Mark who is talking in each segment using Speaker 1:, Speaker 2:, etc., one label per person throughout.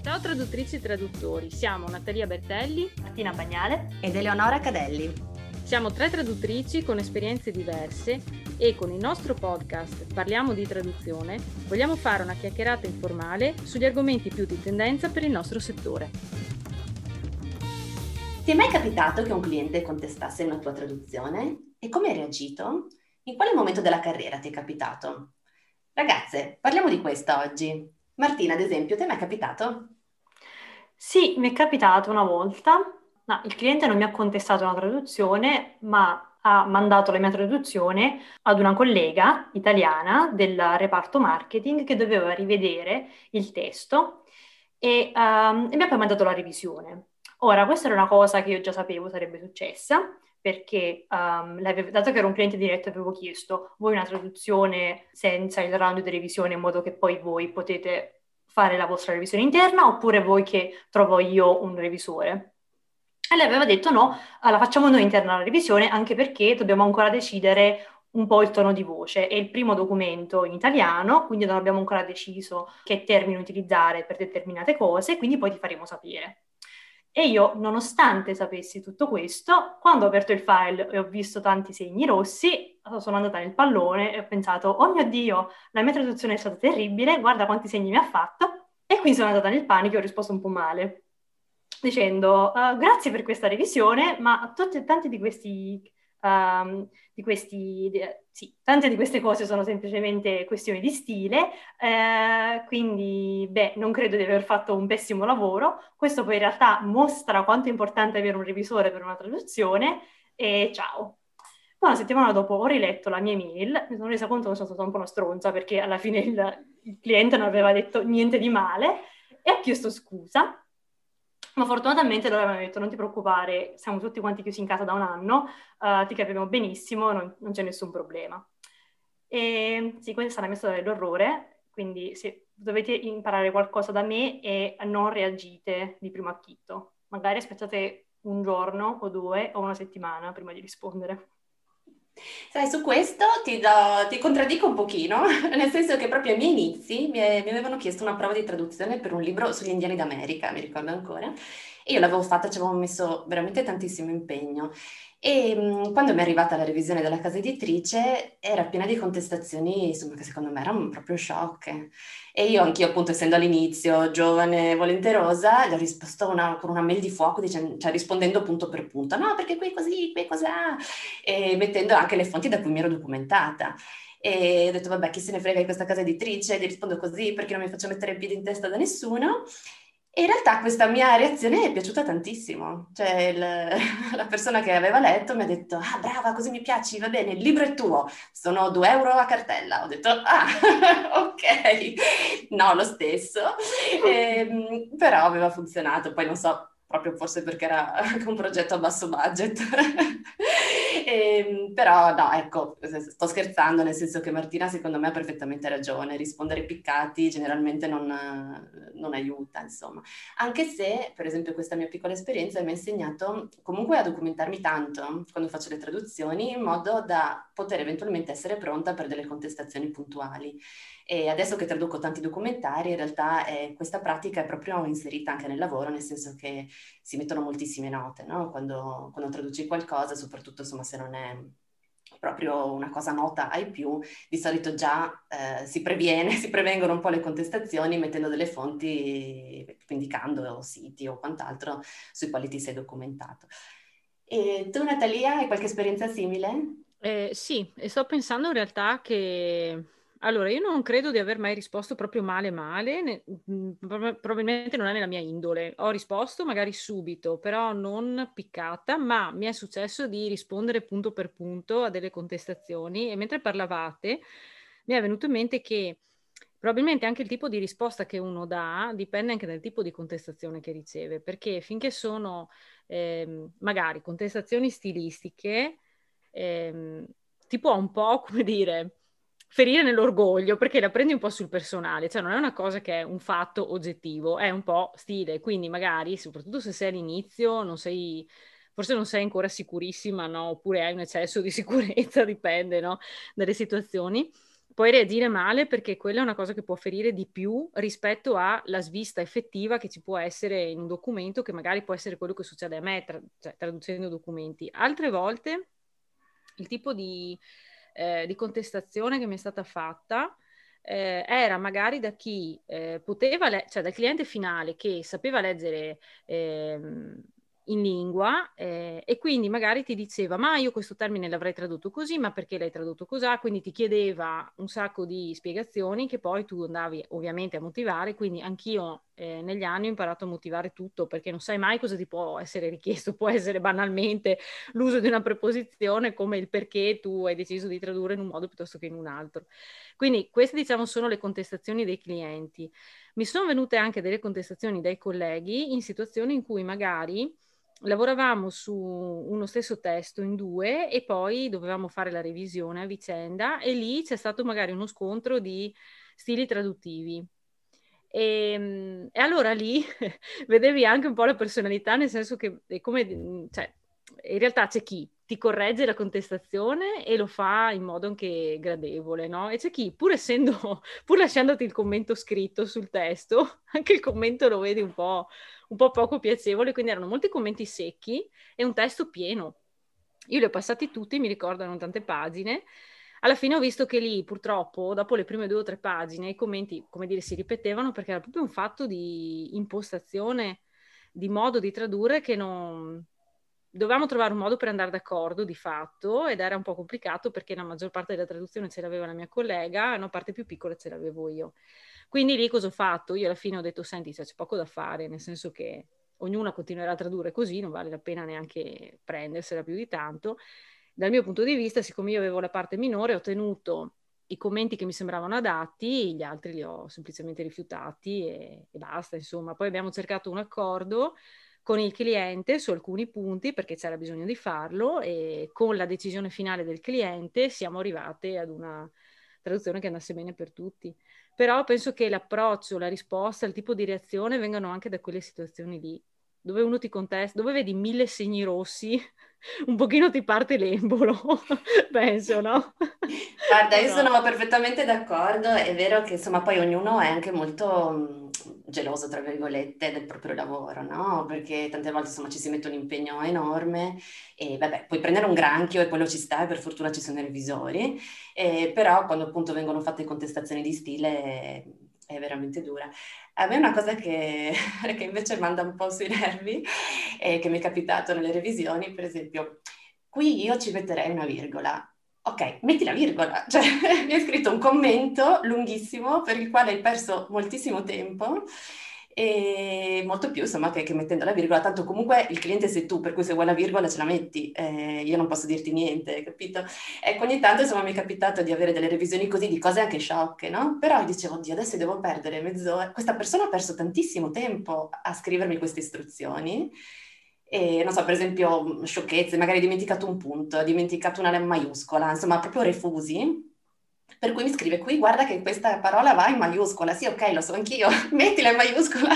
Speaker 1: Ciao traduttrici e traduttori, siamo Natalia Bertelli,
Speaker 2: Martina Bagnale
Speaker 3: ed Eleonora Cadelli.
Speaker 1: Siamo 3 traduttrici con esperienze diverse e con il nostro podcast Parliamo di traduzione vogliamo fare una chiacchierata informale sugli argomenti più di tendenza per il nostro settore.
Speaker 3: Ti è mai capitato che un cliente contestasse una tua traduzione? E come hai reagito? In quale momento della carriera ti è capitato? Ragazze, parliamo di questo oggi. Martina, ad esempio, ti è mai capitato?
Speaker 2: Sì, mi è capitato una volta. No, il cliente non mi ha contestato una traduzione, ma ha mandato la mia traduzione ad una collega italiana del reparto marketing che doveva rivedere il testo e mi ha poi mandato la revisione. Ora, questa era una cosa che io già sapevo sarebbe successa, perché dato che ero un cliente diretto avevo chiesto voi una traduzione senza il round di revisione in modo che poi voi potete fare la vostra revisione interna oppure voi che trovo io un revisore. E lei aveva detto no, la facciamo noi interna la revisione anche perché dobbiamo ancora decidere un po' il tono di voce. È il primo documento in italiano, quindi non abbiamo ancora deciso che termine utilizzare per determinate cose, quindi poi ti faremo sapere. E io, nonostante sapessi tutto questo, quando ho aperto il file e ho visto tanti segni rossi, sono andata nel pallone e ho pensato, oh mio Dio, la mia traduzione è stata terribile, guarda quanti segni mi ha fatto, e quindi sono andata nel panico e ho risposto un po' male, dicendo, grazie per questa revisione, ma tanti tante di queste cose sono semplicemente questioni di stile, quindi non credo di aver fatto un pessimo lavoro. Questo poi in realtà mostra quanto è importante avere un revisore per una traduzione e ciao. Poi una settimana dopo ho riletto la mia email, mi sono resa conto che sono stata un po' una stronza perché alla fine il cliente non aveva detto niente di male e ho chiesto scusa. Ma fortunatamente loro avevano detto non ti preoccupare, siamo tutti quanti chiusi in casa da un anno, ti capiamo benissimo, non c'è nessun problema. E sì, questa sarà la mia storia dell'orrore, quindi se dovete imparare qualcosa da me e non reagite di primo acchito. Magari aspettate un giorno o 2 o una settimana prima di rispondere.
Speaker 3: Sai, su questo ti contraddico un pochino, nel senso che proprio ai miei inizi mi avevano chiesto una prova di traduzione per un libro sugli indiani d'America, mi ricordo ancora, e io l'avevo fatta, ci avevo messo veramente tantissimo impegno. E quando mi è arrivata la revisione della casa editrice era piena di contestazioni, insomma, che secondo me erano proprio sciocche. E io anch'io, appunto, essendo all'inizio giovane e volenterosa, gli ho risposto con una mail di fuoco, cioè rispondendo punto per punto. No, perché qui così, qui cos'ha? E mettendo anche le fonti da cui mi ero documentata. E ho detto, vabbè, chi se ne frega di questa casa editrice, gli rispondo così perché non mi faccio mettere il piede in testa da nessuno. E in realtà questa mia reazione è piaciuta tantissimo. Cioè, la persona che aveva letto mi ha detto, ah, brava, così mi piaci, va bene, il libro è tuo, sono 2 euro a cartella. Ho detto, ah, ok, no, lo stesso. Però aveva funzionato, poi non so, proprio forse perché era un progetto a basso budget. Però no, ecco, sto scherzando, nel senso che Martina secondo me ha perfettamente ragione, rispondere piccati generalmente non aiuta, insomma. Anche se, per esempio, questa mia piccola esperienza mi ha insegnato comunque a documentarmi tanto quando faccio le traduzioni, in modo da poter eventualmente essere pronta per delle contestazioni puntuali. E adesso che traduco tanti documentari, in realtà questa pratica è proprio inserita anche nel lavoro, nel senso che si mettono moltissime note, no? Quando traduci qualcosa, soprattutto insomma se non è proprio una cosa nota ai più, di solito già si prevengono un po' le contestazioni mettendo delle fonti, indicando siti o quant'altro sui quali ti sei documentato. E tu, Natalia, hai qualche esperienza simile?
Speaker 1: Sì, e sto pensando in realtà che... Allora, io non credo di aver mai risposto proprio male, probabilmente non è nella mia indole. Ho risposto magari subito, però non piccata, ma mi è successo di rispondere punto per punto a delle contestazioni e mentre parlavate mi è venuto in mente che probabilmente anche il tipo di risposta che uno dà dipende anche dal tipo di contestazione che riceve, perché finché sono magari contestazioni stilistiche, ti può un po', come dire, ferire nell'orgoglio perché la prendi un po' sul personale, cioè non è una cosa che è un fatto oggettivo, è un po' stile, quindi magari, soprattutto se sei all'inizio, forse non sei ancora sicurissima, no? Oppure hai un eccesso di sicurezza, dipende, no? Dalle situazioni. puoi reagire male perché quella è una cosa che può ferire di più rispetto alla svista effettiva che ci può essere in un documento, che magari può essere quello che succede a me traducendo documenti. Altre volte il tipo di contestazione che mi è stata fatta era magari da chi poteva, cioè dal cliente finale che sapeva leggere in lingua e quindi magari ti diceva ma io questo termine l'avrei tradotto così, ma perché l'hai tradotto così? Quindi ti chiedeva un sacco di spiegazioni che poi tu andavi ovviamente a motivare, quindi anch'io negli anni ho imparato a motivare tutto perché non sai mai cosa ti può essere richiesto, può essere banalmente l'uso di una preposizione come il perché tu hai deciso di tradurre in un modo piuttosto che in un altro. Quindi queste diciamo sono le contestazioni dei clienti. Mi sono venute anche delle contestazioni dai colleghi in situazioni in cui magari lavoravamo su uno stesso testo in due e poi dovevamo fare la revisione a vicenda e lì c'è stato magari uno scontro di stili traduttivi. E allora lì vedevi anche un po' la personalità, nel senso che è come, cioè, in realtà c'è chi ti corregge la contestazione e lo fa in modo anche gradevole, no? E c'è chi, pur lasciandoti il commento scritto sul testo, anche il commento lo vedi un po' poco piacevole, quindi erano molti commenti secchi e un testo pieno. Io li ho passati tutti, mi ricordano tante pagine. Alla fine ho visto che lì, purtroppo, dopo le prime 2 o 3 pagine, i commenti, come dire, si ripetevano perché era proprio un fatto di impostazione, di modo di tradurre che non... Dovevamo trovare un modo per andare d'accordo, di fatto, ed era un po' complicato perché la maggior parte della traduzione ce l'aveva la mia collega e una parte più piccola ce l'avevo io. Quindi lì cosa ho fatto? Io alla fine ho detto, senti, c'è poco da fare, nel senso che ognuna continuerà a tradurre così, non vale la pena neanche prendersela più di tanto. Dal mio punto di vista, siccome io avevo la parte minore, ho tenuto i commenti che mi sembravano adatti, gli altri li ho semplicemente rifiutati e basta, insomma. Poi abbiamo cercato un accordo con il cliente su alcuni punti perché c'era bisogno di farlo e con la decisione finale del cliente siamo arrivate ad una traduzione che andasse bene per tutti. Però penso che l'approccio, la risposta, il tipo di reazione vengano anche da quelle situazioni lì, dove uno ti contesta, dove vedi 1000 segni rossi, un pochino ti parte l'embolo, penso, no?
Speaker 3: Guarda, io
Speaker 1: No.
Speaker 3: sono perfettamente d'accordo, è vero che insomma poi ognuno è anche molto geloso, tra virgolette, del proprio lavoro, no? Perché tante volte insomma ci si mette un impegno enorme e vabbè, puoi prendere un granchio e quello ci sta e per fortuna ci sono i revisori, però quando appunto vengono fatte contestazioni di stile è veramente dura. A me una cosa che invece manda un po' sui nervi, che mi è capitato nelle revisioni, per esempio, qui io ci metterei una virgola. Ok, metti la virgola, cioè mi hai scritto un commento lunghissimo per il quale hai perso moltissimo tempo e molto più insomma che mettendo la virgola, tanto comunque il cliente sei tu, per cui se vuoi la virgola ce la metti, io non posso dirti niente, capito? Ecco, ogni tanto insomma mi è capitato di avere delle revisioni così di cose anche sciocche, no? Però dicevo, oddio, adesso devo perdere mezz'ora, questa persona ha perso tantissimo tempo a scrivermi queste istruzioni. E non so, per esempio, sciocchezze, magari hai dimenticato un punto, hai dimenticato una maiuscola, insomma, proprio refusi. Per cui mi scrive qui, guarda che questa parola va in maiuscola. Sì, ok, lo so anch'io, mettila in maiuscola.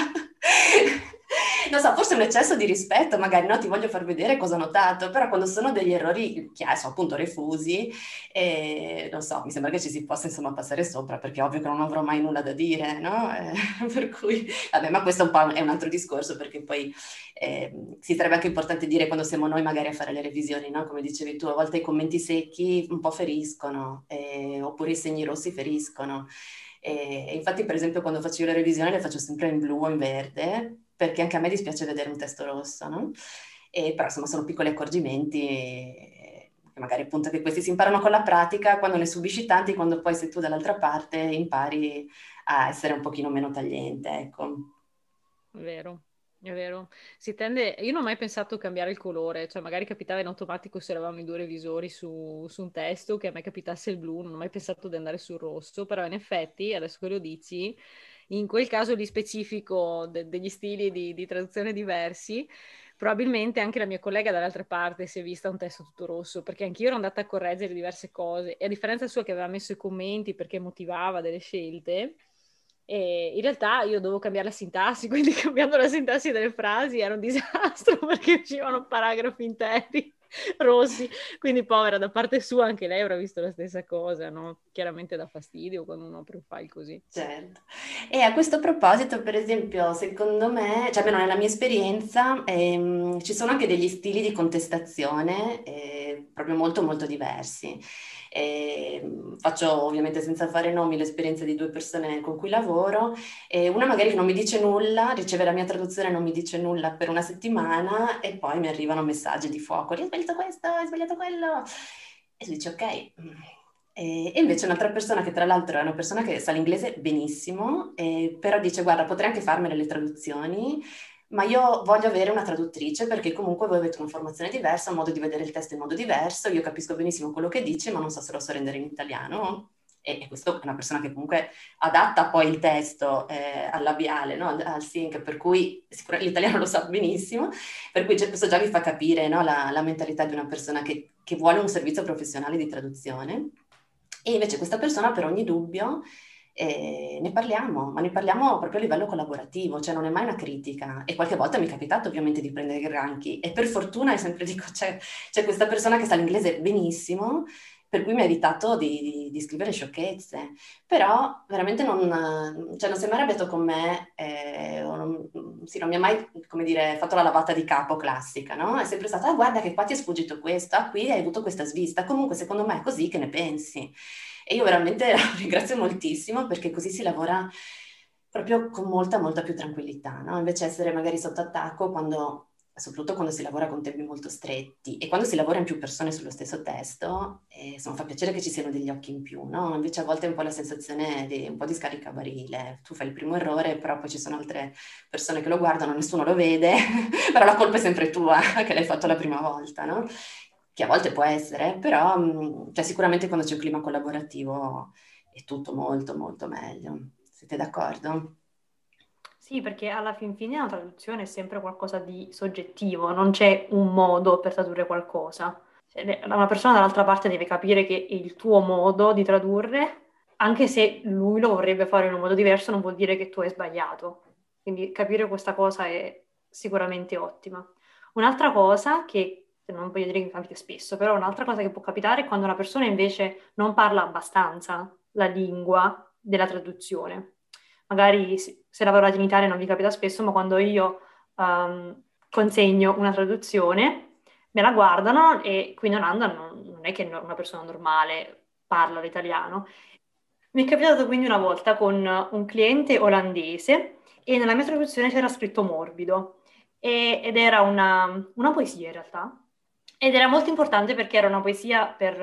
Speaker 3: Non so, forse è un eccesso di rispetto, magari no, ti voglio far vedere cosa ho notato, però quando sono degli errori, chiaro, sono appunto refusi, non so, mi sembra che ci si possa insomma passare sopra, perché è ovvio che non avrò mai nulla da dire, no? Per cui, vabbè, ma questo è un altro discorso, perché poi si sarebbe anche importante dire quando siamo noi magari a fare le revisioni, no? Come dicevi tu, a volte i commenti secchi un po' feriscono, oppure i segni rossi feriscono. E infatti, per esempio, quando faccio io le revisioni le faccio sempre in blu o in verde, perché anche a me dispiace vedere un testo rosso, no? Però insomma sono piccoli accorgimenti, che magari appunto che questi si imparano con la pratica, quando ne subisci tanti, quando poi sei tu dall'altra parte impari a essere un pochino meno tagliente, ecco.
Speaker 1: Vero. È vero, io non ho mai pensato a cambiare il colore, cioè magari capitava in automatico se eravamo in 2 revisori su un testo che a me capitasse il blu, non ho mai pensato di andare sul rosso, però in effetti, adesso che lo dici, in quel caso lì specifico degli stili di traduzione diversi, probabilmente anche la mia collega dall'altra parte si è vista un testo tutto rosso, perché anch'io ero andata a correggere diverse cose e a differenza sua che aveva messo i commenti perché motivava delle scelte, e in realtà io dovevo cambiare la sintassi, quindi cambiando la sintassi delle frasi era un disastro perché uscivano paragrafi interi rossi, quindi povera, da parte sua anche lei avrà visto la stessa cosa, no? Chiaramente dà fastidio quando uno apre un file così.
Speaker 3: Certo. E a questo proposito, per esempio, secondo me, cioè almeno nella mia esperienza, ci sono anche degli stili di contestazione proprio molto molto diversi. Faccio ovviamente senza fare nomi l'esperienza di due persone con cui lavoro. Una magari non mi dice nulla, riceve la mia traduzione, non mi dice nulla per una settimana e poi mi arrivano messaggi di fuoco, hai sbagliato questo, hai sbagliato quello. E tu dici ok. E invece un'altra persona che tra l'altro è una persona che sa l'inglese benissimo, però dice guarda potrei anche farmele le traduzioni, ma io voglio avere una traduttrice perché comunque voi avete un'informazione diversa, un modo di vedere il testo in modo diverso, io capisco benissimo quello che dici ma non so se lo so rendere in italiano. E questo è una persona che comunque adatta poi il testo al labiale, no? al sync, per cui l'italiano lo sa benissimo, per cui questo già vi fa capire, no? la mentalità di una persona che vuole un servizio professionale di traduzione. E invece questa persona per ogni dubbio ne parliamo, ma ne parliamo proprio a livello collaborativo, cioè non è mai una critica. E qualche volta mi è capitato ovviamente di prendere i granchi e per fortuna, e sempre dico, c'è questa persona che sa l'inglese benissimo, per cui mi ha evitato di scrivere sciocchezze. Però veramente non si è mai arrabbiato con me, non mi ha mai, come dire, fatto la lavata di capo classica, no? È sempre stata, guarda che qua ti è sfuggito questo, qui hai avuto questa svista, comunque secondo me è così, che ne pensi? E io veramente la ringrazio moltissimo perché così si lavora proprio con molta, molta più tranquillità, no? Invece essere magari sotto attacco soprattutto quando si lavora con tempi molto stretti e quando si lavora in più persone sullo stesso testo, insomma fa piacere che ci siano degli occhi in più, no? Invece a volte è un po' la sensazione di un po' di scaricabarile, tu fai il primo errore, però poi ci sono altre persone che lo guardano, nessuno lo vede, però la colpa è sempre tua, che l'hai fatto la prima volta, no? Che a volte può essere, però cioè, sicuramente quando c'è un clima collaborativo è tutto molto molto meglio. Siete d'accordo?
Speaker 2: Sì, perché alla fin fine la traduzione è sempre qualcosa di soggettivo, non c'è un modo per tradurre qualcosa. Cioè, una persona dall'altra parte deve capire che è il tuo modo di tradurre, anche se lui lo vorrebbe fare in un modo diverso, non vuol dire che tu hai sbagliato. Quindi capire questa cosa è sicuramente ottima. Un'altra cosa che, non voglio dire che capita spesso, però un'altra cosa che può capitare è quando una persona invece non parla abbastanza la lingua della traduzione. Magari se lavorate in Italia non vi capita spesso, ma quando io consegno una traduzione, me la guardano e qui non è che una persona normale parla l'italiano. Mi è capitato quindi una volta con un cliente olandese e nella mia traduzione c'era scritto morbido ed era una poesia in realtà. Ed era molto importante perché era una poesia per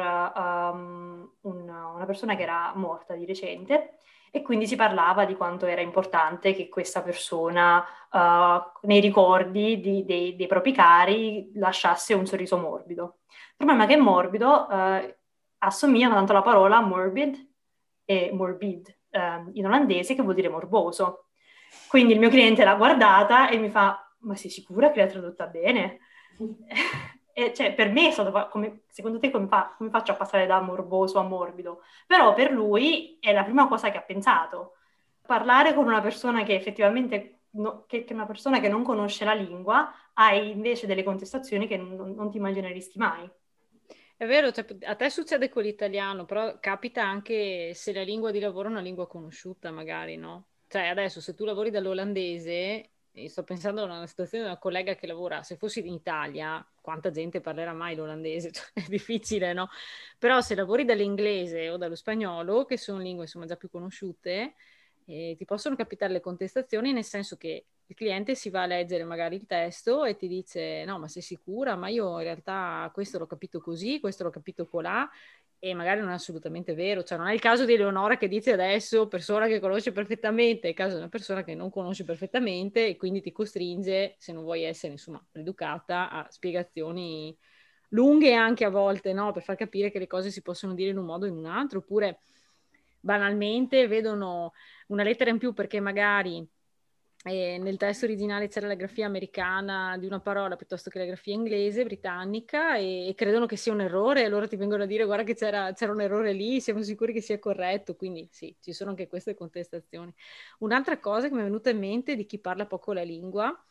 Speaker 2: una persona che era morta di recente e quindi si parlava di quanto era importante che questa persona nei ricordi dei propri cari lasciasse un sorriso morbido. Il problema è che morbido assomiglia tanto alla parola morbid e morbid in olandese che vuol dire morboso. Quindi il mio cliente l'ha guardata e mi fa: ma sei sicura che l'hai tradotta bene? E cioè, per me è stato come, secondo te come faccio a passare da morboso a morbido? Però per lui è la prima cosa che ha pensato. Parlare con una persona che effettivamente che è una persona che non conosce la lingua, hai invece delle contestazioni che non ti immagineresti mai.
Speaker 1: È vero, cioè, a te succede con l'italiano, però capita anche se la lingua di lavoro è una lingua conosciuta, magari, no? Cioè, adesso se tu lavori dall'olandese, e sto pensando a una situazione di una collega che lavora, se fossi in Italia, quanta gente parlerà mai l'olandese? Cioè, è difficile, no? Però se lavori dall'inglese o dallo spagnolo, che sono lingue insomma già più conosciute, ti possono capitare le contestazioni, nel senso che il cliente si va a leggere magari il testo e ti dice no, ma sei sicura? Ma io in realtà questo l'ho capito così, questo l'ho capito colà, e magari non è assolutamente vero. Cioè non è il caso di Eleonora che dice adesso persona che conosce perfettamente, è il caso di una persona che non conosce perfettamente e quindi ti costringe, se non vuoi essere insomma educata, a spiegazioni lunghe anche a volte, no? Per far capire che le cose si possono dire in un modo o in un altro, oppure banalmente vedono una lettera in più perché magari nel testo originale c'era la grafia americana di una parola piuttosto che la grafia inglese, britannica, e credono che sia un errore, e allora ti vengono a dire guarda che c'era un errore lì, siamo sicuri che sia corretto, quindi sì, ci sono anche queste contestazioni. Un'altra cosa che mi è venuta in mente di chi parla poco la lingua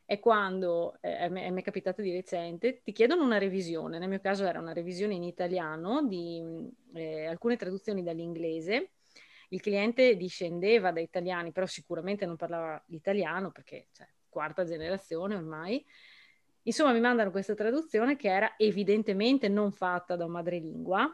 Speaker 1: è quando, mi è capitato di recente, ti chiedono una revisione, nel mio caso era una revisione in italiano di alcune traduzioni dall'inglese. Il cliente discendeva da italiani, però sicuramente non parlava l'italiano perché, cioè, quarta generazione ormai. Insomma, mi mandano questa traduzione che era evidentemente non fatta da un madrelingua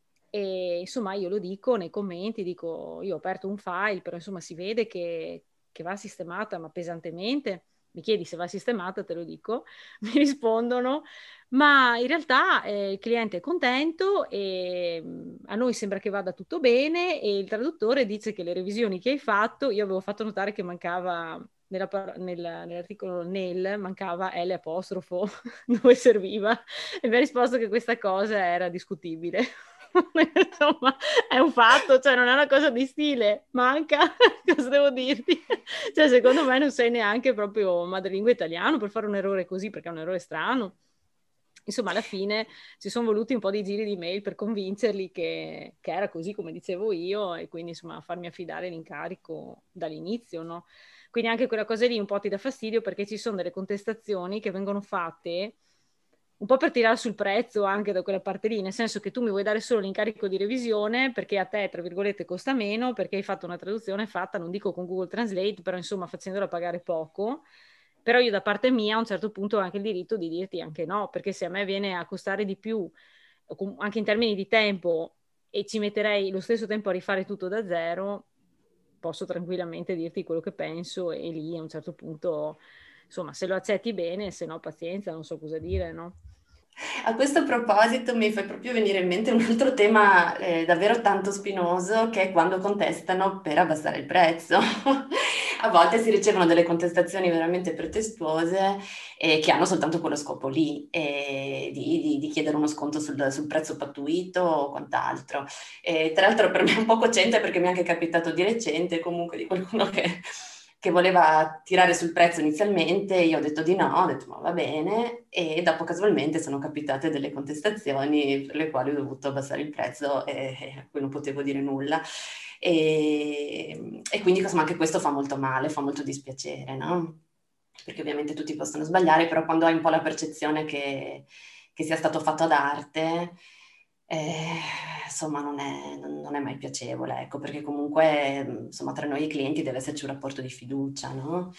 Speaker 1: e insomma io lo dico nei commenti, dico io ho aperto un file, però insomma si vede che va sistemata, ma pesantemente. Mi chiedi se va sistemata, te lo dico. Mi rispondono, ma in realtà il cliente è contento e a noi sembra che vada tutto bene e il traduttore dice che le revisioni che hai fatto, io avevo fatto notare che mancava nell'articolo nel, mancava L apostrofo dove serviva e mi ha risposto che questa cosa era discutibile. Insomma, è un fatto, cioè non è una cosa di stile, manca, cosa devo dirti? Cioè, secondo me non sei neanche proprio madrelingua italiano per fare un errore così, perché è un errore strano. Insomma, alla fine ci sono voluti un po' di giri di mail per convincerli che era così come dicevo io e quindi insomma farmi affidare l'incarico dall'inizio, no? Quindi anche quella cosa lì un po' ti dà fastidio perché ci sono delle contestazioni che vengono fatte un po' per tirare sul prezzo anche da quella parte lì, nel senso che tu mi vuoi dare solo l'incarico di revisione perché a te, tra virgolette, costa meno, perché hai fatto una traduzione fatta, non dico con Google Translate, però insomma facendola pagare poco. Però io da parte mia a un certo punto ho anche il diritto di dirti anche no, perché se a me viene a costare di più, anche in termini di tempo, e ci metterei lo stesso tempo a rifare tutto da zero, posso tranquillamente dirti quello che penso e lì a un certo punto, insomma, se lo accetti bene, se no pazienza, non so cosa dire, no?
Speaker 3: A questo proposito mi fai proprio venire in mente un altro tema davvero tanto spinoso che è quando contestano per abbassare il prezzo. A volte si ricevono delle contestazioni veramente pretestuose che hanno soltanto quello scopo lì, di chiedere uno sconto sul prezzo pattuito o quant'altro. Tra l'altro per me è un po' cocente perché mi è anche capitato di recente comunque di qualcuno che voleva tirare sul prezzo inizialmente, io ho detto di no, ho detto ma va bene, e dopo casualmente sono capitate delle contestazioni per le quali ho dovuto abbassare il prezzo e a cui non potevo dire nulla. E quindi insomma anche questo fa molto male, fa molto dispiacere, no? Perché ovviamente tutti possono sbagliare, però quando hai un po' la percezione che sia stato fatto ad arte, insomma non è mai piacevole, ecco, perché comunque insomma tra noi e i clienti deve esserci un rapporto di fiducia, no?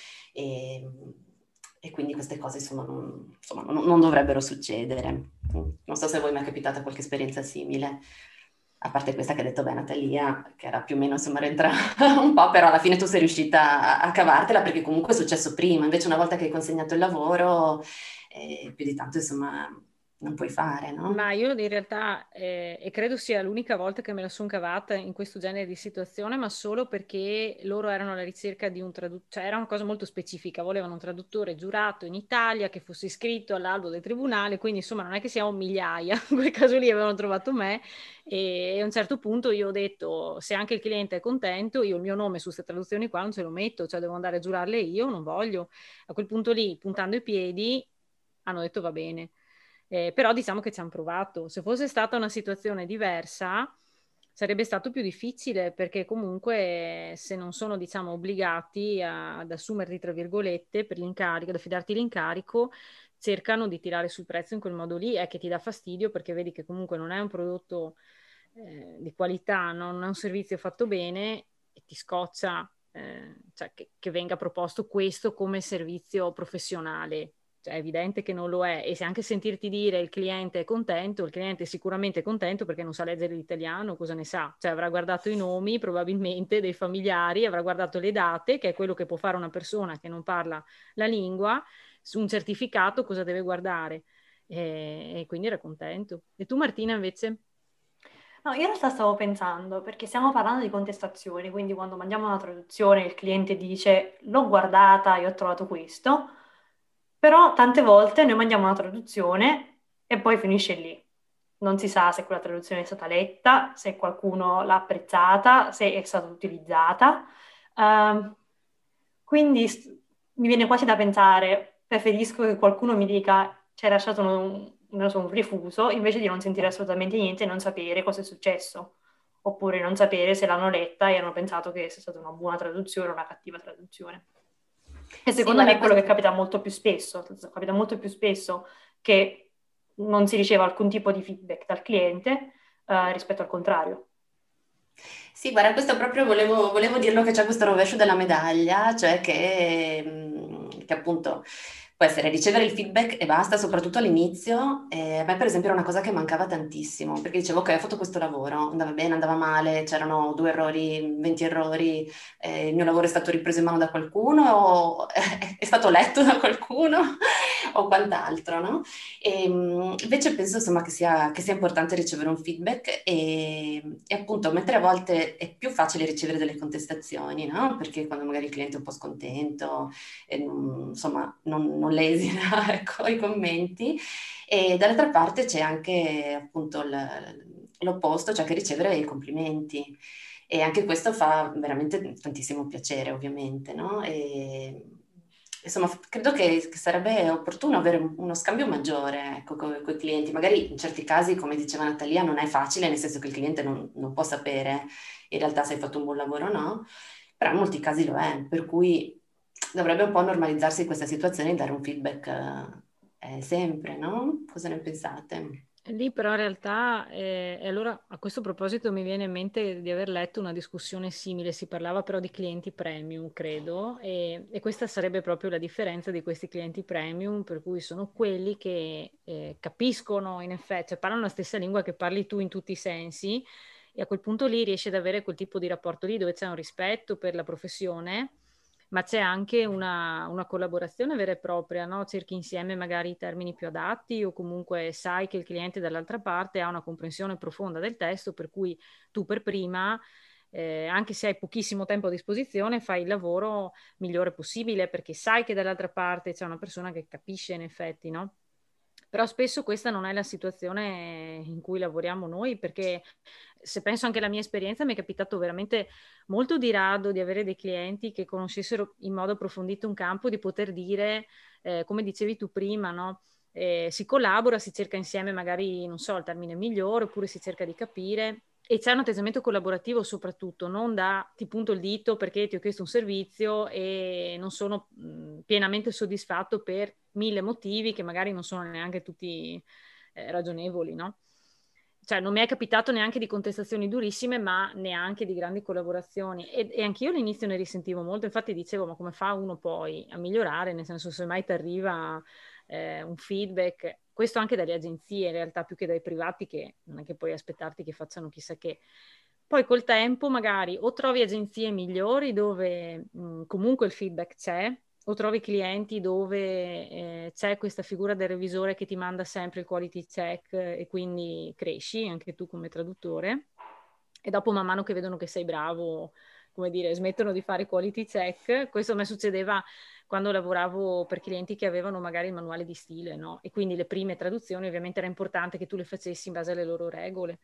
Speaker 3: E quindi queste cose insomma non dovrebbero succedere. Non so se a voi mi è capitata qualche esperienza simile, a parte questa che ha detto Natalia, che era più o meno insomma rientra un po', però alla fine tu sei riuscita a cavartela perché comunque è successo prima, invece una volta che hai consegnato il lavoro, più di tanto insomma non puoi fare, no?
Speaker 1: Ma io in realtà, e credo sia l'unica volta che me la sono cavata in questo genere di situazione, ma solo perché loro erano alla ricerca di un traduttore, cioè era una cosa molto specifica, volevano un traduttore giurato in Italia che fosse iscritto all'albo del tribunale, quindi insomma non è che siamo migliaia, in quel caso lì avevano trovato me e a un certo punto io ho detto se anche il cliente è contento, io il mio nome su queste traduzioni qua non ce lo metto, cioè devo andare a giurarle io, non voglio. A quel punto lì, puntando i piedi, hanno detto va bene. Però diciamo che ci hanno provato. Se fosse stata una situazione diversa, sarebbe stato più difficile perché comunque se non sono, diciamo, obbligati ad assumerti, tra virgolette, per l'incarico, ad affidarti l'incarico, cercano di tirare sul prezzo in quel modo lì, è che ti dà fastidio perché vedi che comunque non è un prodotto di qualità, no? Non è un servizio fatto bene e ti scoccia cioè che venga proposto questo come servizio professionale. Cioè, è evidente che non lo è e se anche sentirti dire il cliente è contento, il cliente è sicuramente contento perché non sa leggere l'italiano, cosa ne sa? Cioè avrà guardato i nomi probabilmente dei familiari, avrà guardato le date, che è quello che può fare una persona che non parla la lingua, su un certificato cosa deve guardare e quindi era contento. E tu Martina invece?
Speaker 2: No, io in realtà stavo pensando, perché stiamo parlando di contestazioni, quindi quando mandiamo una traduzione il cliente dice l'ho guardata e ho trovato questo, però tante volte noi mandiamo una traduzione e poi finisce lì. Non si sa se quella traduzione è stata letta, se qualcuno l'ha apprezzata, se è stata utilizzata. Ehm, quindi mi viene quasi da pensare, preferisco che qualcuno mi dica c'è lasciato non so, un rifuso, invece di non sentire assolutamente niente e non sapere cosa è successo, oppure non sapere se l'hanno letta e hanno pensato che sia stata una buona traduzione o una cattiva traduzione. E
Speaker 3: Sì,
Speaker 2: secondo me
Speaker 3: guarda,
Speaker 2: è quello che capita molto più spesso che non si riceva alcun tipo di feedback dal cliente rispetto al contrario.
Speaker 3: sì, guarda, questo proprio volevo dirlo che c'è questo rovescio della medaglia, cioè che appunto può essere ricevere il feedback e basta, soprattutto all'inizio. A me per esempio era una cosa che mancava tantissimo, perché dicevo ok, ho fatto questo lavoro, andava bene, andava male, c'erano 2 errori, 20 errori, il mio lavoro è stato ripreso in mano da qualcuno, o è stato letto da qualcuno o quant'altro, no? Invece penso insomma che sia importante ricevere un feedback e appunto mentre a volte è più facile ricevere delle contestazioni, no? Perché quando magari il cliente è un po' scontento, insomma non lesina ecco, i commenti e dall'altra parte c'è anche appunto l'opposto, cioè che ricevere i complimenti. E anche questo fa veramente tantissimo piacere, ovviamente, no? Insomma, credo che sarebbe opportuno avere uno scambio maggiore, ecco, con i clienti. Magari in certi casi, come diceva Natalia, non è facile, nel senso che il cliente non può sapere in realtà se hai fatto un buon lavoro o no, però in molti casi lo è, per cui dovrebbe un po' normalizzarsi questa situazione e dare un feedback sempre, no? Cosa ne pensate?
Speaker 1: Lì però in realtà, e allora a questo proposito mi viene in mente di aver letto una discussione simile, si parlava però di clienti premium, credo, e questa sarebbe proprio la differenza di questi clienti premium, per cui sono quelli che capiscono in effetti, cioè parlano la stessa lingua che parli tu in tutti i sensi, e a quel punto lì riesci ad avere quel tipo di rapporto lì dove c'è un rispetto per la professione, ma c'è anche una collaborazione vera e propria, no? Cerchi insieme magari i termini più adatti o comunque sai che il cliente dall'altra parte ha una comprensione profonda del testo, per cui tu per prima, anche se hai pochissimo tempo a disposizione, fai il lavoro migliore possibile perché sai che dall'altra parte c'è una persona che capisce in effetti, no? Però spesso questa non è la situazione in cui lavoriamo noi, perché se penso anche alla mia esperienza, mi è capitato veramente molto di rado di avere dei clienti che conoscessero in modo approfondito un campo, di poter dire, come dicevi tu prima, no? Si collabora, si cerca insieme magari, non so, il termine migliore, oppure si cerca di capire. E c'è un atteggiamento collaborativo soprattutto, non da ti punto il dito perché ti ho chiesto un servizio e non sono pienamente soddisfatto per 1000 motivi che magari non sono neanche tutti ragionevoli, no? Cioè non mi è capitato neanche di contestazioni durissime, ma neanche di grandi collaborazioni. E anch'io all'inizio ne risentivo molto, infatti dicevo, ma come fa uno poi a migliorare? Nel senso, se mai ti arriva un feedback, questo anche dalle agenzie in realtà più che dai privati, che non è che puoi aspettarti che facciano chissà che. Poi col tempo magari o trovi agenzie migliori dove comunque il feedback c'è, o trovi clienti dove c'è questa figura del revisore che ti manda sempre il quality check e quindi cresci anche tu come traduttore, e dopo man mano che vedono che sei bravo, come dire, smettono di fare quality check. Questo a me succedeva quando lavoravo per clienti che avevano magari il manuale di stile, no? E quindi le prime traduzioni ovviamente era importante che tu le facessi in base alle loro regole.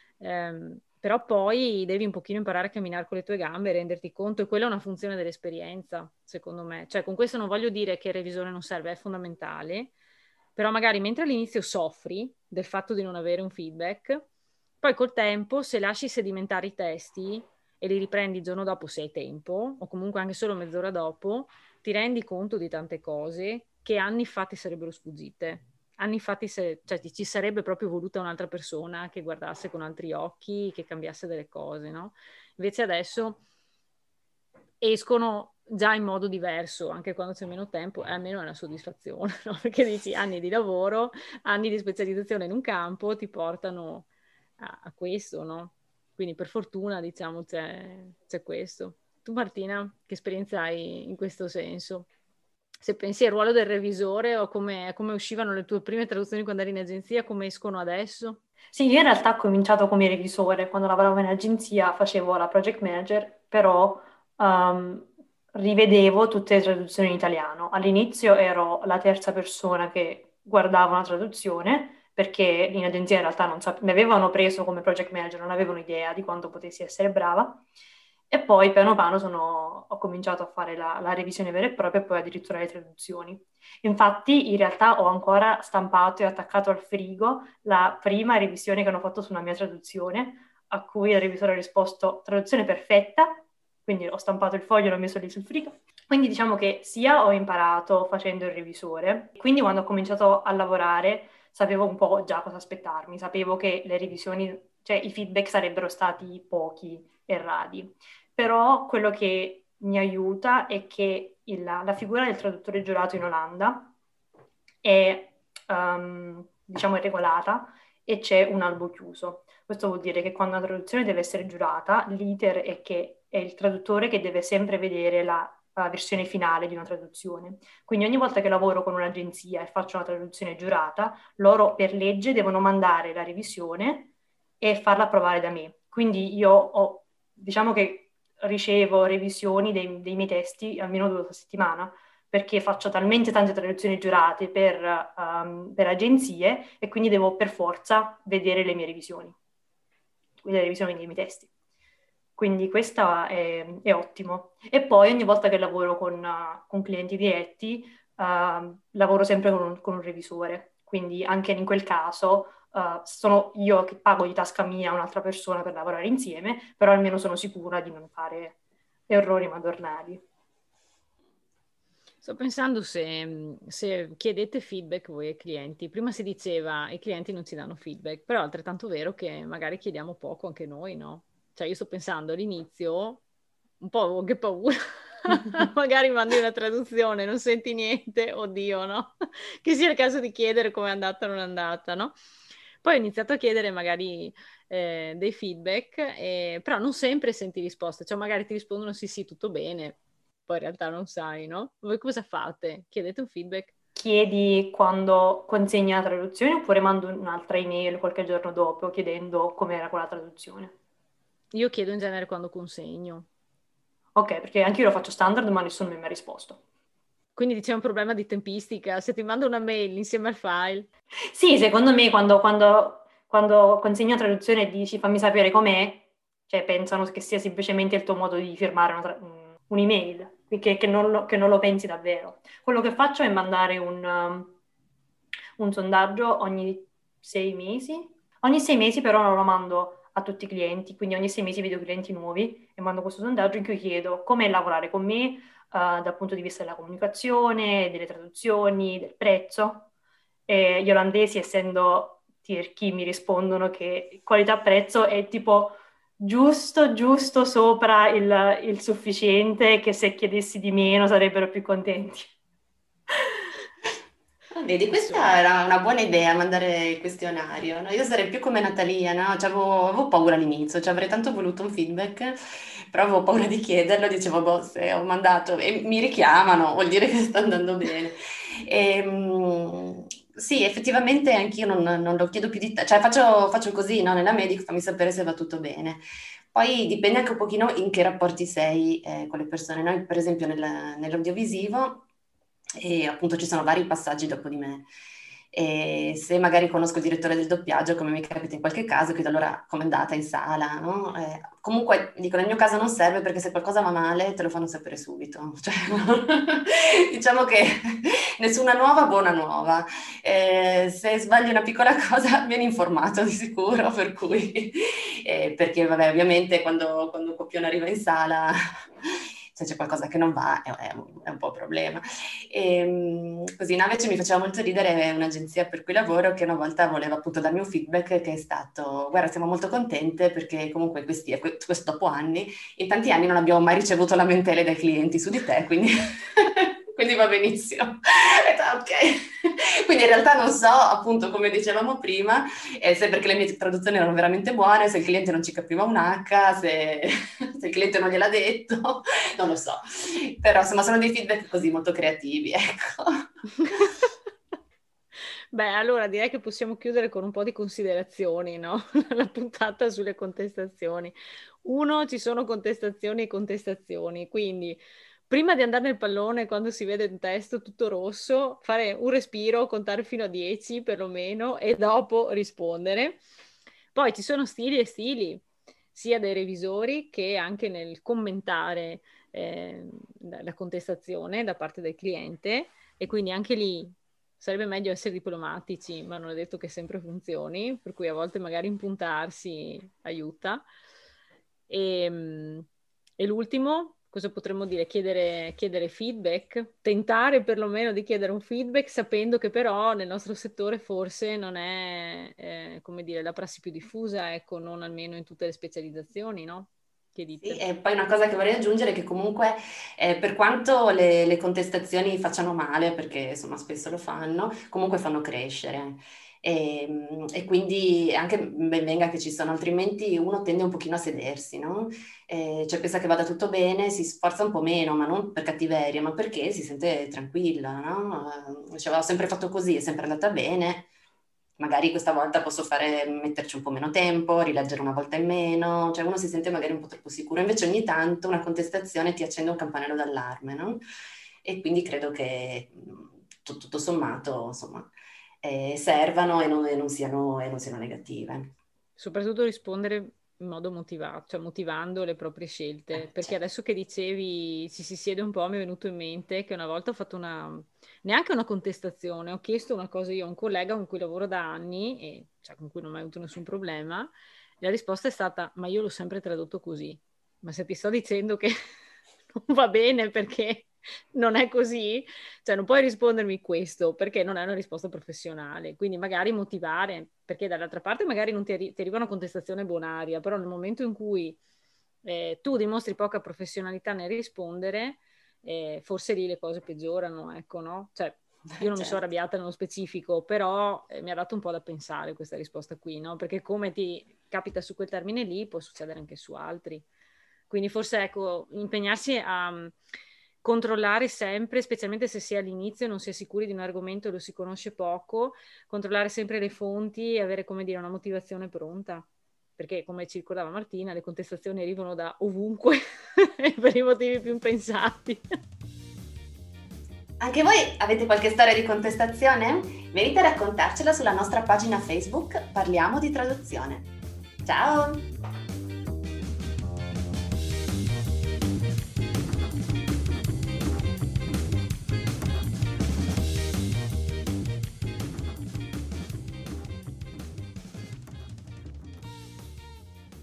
Speaker 1: Però poi devi un pochino imparare a camminare con le tue gambe e renderti conto, e quella è una funzione dell'esperienza, secondo me. Cioè, con questo non voglio dire che il revisore non serve, è fondamentale, però magari mentre all'inizio soffri del fatto di non avere un feedback, poi col tempo, se lasci sedimentare i testi e li riprendi il giorno dopo se hai tempo, o comunque anche solo mezz'ora dopo, ti rendi conto di tante cose che anni fa ti sarebbero sfuggite. Anni fa cioè, ci sarebbe proprio voluta un'altra persona che guardasse con altri occhi, che cambiasse delle cose, no? Invece adesso escono già in modo diverso, anche quando c'è meno tempo, e almeno è una soddisfazione, no? Perché dici anni di lavoro, anni di specializzazione in un campo ti portano a questo, no? Quindi per fortuna, diciamo, c'è questo. Tu Martina, che esperienza hai in questo senso? Se pensi al ruolo del revisore o come uscivano le tue prime traduzioni quando eri in agenzia, come escono adesso?
Speaker 2: Sì, io in realtà ho cominciato come revisore, quando lavoravo in agenzia facevo la project manager, però um, rivedevo tutte le traduzioni in italiano. All'inizio ero la terza persona che guardava una traduzione, perché in agenzia in realtà non mi avevano preso come project manager, non avevano idea di quanto potessi essere brava. E poi piano piano ho cominciato a fare la revisione vera e propria e poi addirittura le traduzioni. Infatti, in realtà ho ancora stampato e attaccato al frigo la prima revisione che hanno fatto su una mia traduzione, a cui il revisore ha risposto traduzione perfetta, quindi ho stampato il foglio e l'ho messo lì sul frigo. Quindi diciamo che sia ho imparato facendo il revisore, quindi quando ho cominciato a lavorare sapevo un po' già cosa aspettarmi, sapevo che le revisioni, cioè i feedback sarebbero stati pochi e rari, però quello che mi aiuta è che la figura del traduttore giurato in Olanda è, diciamo, è regolata e c'è un albo chiuso. Questo vuol dire che quando una traduzione deve essere giurata, l'iter è che è il traduttore che deve sempre vedere la versione finale di una traduzione. Quindi ogni volta che lavoro con un'agenzia e faccio una traduzione giurata, loro per legge devono mandare la revisione e farla approvare da me. Quindi diciamo che ricevo revisioni dei miei testi almeno 2 volte a settimana, perché faccio talmente tante traduzioni giurate per agenzie e quindi devo per forza vedere le mie revisioni, quindi le revisioni dei miei testi. Quindi questo è ottimo. E poi ogni volta che lavoro con clienti diretti, lavoro sempre con un revisore. Quindi anche in quel caso sono io che pago di tasca mia un'altra persona per lavorare insieme, però almeno sono sicura di non fare errori madornali.
Speaker 1: Sto pensando se chiedete feedback voi ai clienti. Prima si diceva i clienti non ci danno feedback, però è altrettanto vero che magari chiediamo poco anche noi, no? Cioè io sto pensando all'inizio, un po' avevo anche paura, magari mandi una traduzione, non senti niente, oddio, no? Che sia il caso di chiedere come è andata o non è andata, no? Poi ho iniziato a chiedere magari dei feedback, però non sempre senti risposte, cioè magari ti rispondono sì sì, tutto bene, poi in realtà non sai, no? Voi cosa fate? Chiedete un feedback?
Speaker 2: Chiedi quando consegni la traduzione oppure mando un'altra email qualche giorno dopo chiedendo com'era quella traduzione.
Speaker 1: Io chiedo in genere quando consegno.
Speaker 2: Ok, perché anche io lo faccio standard, ma nessuno mi ha mai risposto.
Speaker 1: Quindi c'è un problema di tempistica. Se ti mando una mail insieme al file.
Speaker 2: Sì, secondo me quando consegni una traduzione e dici fammi sapere com'è, cioè pensano che sia semplicemente il tuo modo di firmare un'email, che non lo pensi davvero. Quello che faccio è mandare un sondaggio ogni 6 mesi. Ogni 6 mesi però non lo mando a tutti i clienti, quindi ogni 6 mesi vedo clienti nuovi e mando questo sondaggio in cui chiedo com'è lavorare con me, dal punto di vista della comunicazione, delle traduzioni, del prezzo. E gli olandesi, essendo tirchi, mi rispondono che qualità-prezzo è tipo giusto, giusto sopra il sufficiente, che se chiedessi di meno sarebbero più contenti.
Speaker 3: Ah, vedi, questa era una buona idea, mandare il questionario, no? Io sarei più come Natalia, no? Cioè, avevo paura all'inizio, cioè, avrei tanto voluto un feedback, però avevo paura di chiederlo, dicevo, boh, se ho mandato e mi richiamano, vuol dire che sta andando bene. Sì, effettivamente anch'io non lo chiedo più di te, cioè faccio così, no? Nella medico, fammi sapere se va tutto bene. Poi dipende anche un pochino in che rapporti sei con le persone. Noi, per esempio, nell'audiovisivo, e appunto ci sono vari passaggi dopo di me. E se magari conosco il direttore del doppiaggio, come mi capita in qualche caso, chiedo allora com'è andata in sala, no? Comunque, dico, nel mio caso non serve perché se qualcosa va male te lo fanno sapere subito. Cioè, diciamo che nessuna nuova, buona nuova. Se sbagli una piccola cosa vieni informato di sicuro, per cui perché vabbè, ovviamente quando un copione arriva in sala, se c'è qualcosa che non va è un po' un problema. Così, no, invece mi faceva molto ridere un'agenzia per cui lavoro che una volta voleva appunto darmi un feedback che è stato: guarda, siamo molto contente perché comunque questo dopo anni, in tanti anni non abbiamo mai ricevuto lamentele dai clienti su di te, quindi, quindi va benissimo. Ho detto, ok, quindi in realtà non so, appunto, come dicevamo prima, se perché le mie traduzioni erano veramente buone, se il cliente non ci capiva un H, se il cliente non gliel'ha detto, non lo so. Però insomma sono dei feedback così molto creativi, ecco.
Speaker 1: Beh, allora direi che possiamo chiudere con un po' di considerazioni, no? La puntata sulle contestazioni. Uno, ci sono contestazioni e contestazioni, quindi prima di andare nel pallone, quando si vede un testo tutto rosso, fare un respiro, contare fino a 10 perlomeno e dopo rispondere. Poi ci sono stili e stili, sia dei revisori che anche nel commentare la contestazione da parte del cliente, e quindi anche lì sarebbe meglio essere diplomatici, ma non è detto che sempre funzioni, per cui a volte magari impuntarsi aiuta. E l'ultimo, Cosa potremmo dire? Chiedere feedback, tentare perlomeno di chiedere un feedback, sapendo che però nel nostro settore forse non è, come dire, la prassi più diffusa, ecco, non almeno in tutte le specializzazioni, no? Che dite?
Speaker 3: Sì, e poi una cosa che vorrei aggiungere è che comunque per quanto le contestazioni facciano male, perché insomma spesso lo fanno, comunque fanno crescere. E quindi anche ben venga che ci sono, altrimenti uno tende un pochino a sedersi, no? Cioè pensa che vada tutto bene, si sforza un po' meno, ma non per cattiveria, ma perché si sente tranquilla, no? Cioè, ho sempre fatto così, è sempre andata bene. Magari questa volta posso metterci un po' meno tempo, rileggere una volta in meno, cioè uno si sente magari un po' troppo sicuro, invece ogni tanto una contestazione ti accende un campanello d'allarme, no? E quindi credo che tutto sommato, insomma, servano e non siano negative.
Speaker 1: Soprattutto rispondere in modo motivato, cioè motivando le proprie scelte, perché
Speaker 3: certo.
Speaker 1: adesso che dicevi ci si siede un po', mi è venuto in mente che una volta ho fatto neanche una contestazione, ho chiesto una cosa io a un collega con cui lavoro da anni, e cioè con cui non ho mai avuto nessun problema, e la risposta è stata: ma io l'ho sempre tradotto così, ma se ti sto dicendo che non va bene perché non è così, cioè non puoi rispondermi questo perché non è una risposta professionale, quindi magari motivare, perché dall'altra parte magari non ti arriva una contestazione bonaria, però nel momento in cui tu dimostri poca professionalità nel rispondere, forse lì le cose peggiorano, ecco, no? Cioè, io non mi sono arrabbiata nello specifico, però mi ha dato un po' da pensare questa risposta qui, no? Perché come ti capita su quel termine lì, può succedere anche su altri. Quindi forse, ecco, impegnarsi a controllare sempre, specialmente se si è all'inizio e non si è sicuri di un argomento e lo si conosce poco, controllare sempre le fonti e avere, come dire, una motivazione pronta. Perché, come ci ricordava Martina, le contestazioni arrivano da ovunque per i motivi più impensati.
Speaker 3: Anche voi avete qualche storia di contestazione? Venite a raccontarcela sulla nostra pagina Facebook Parliamo di traduzione. Ciao!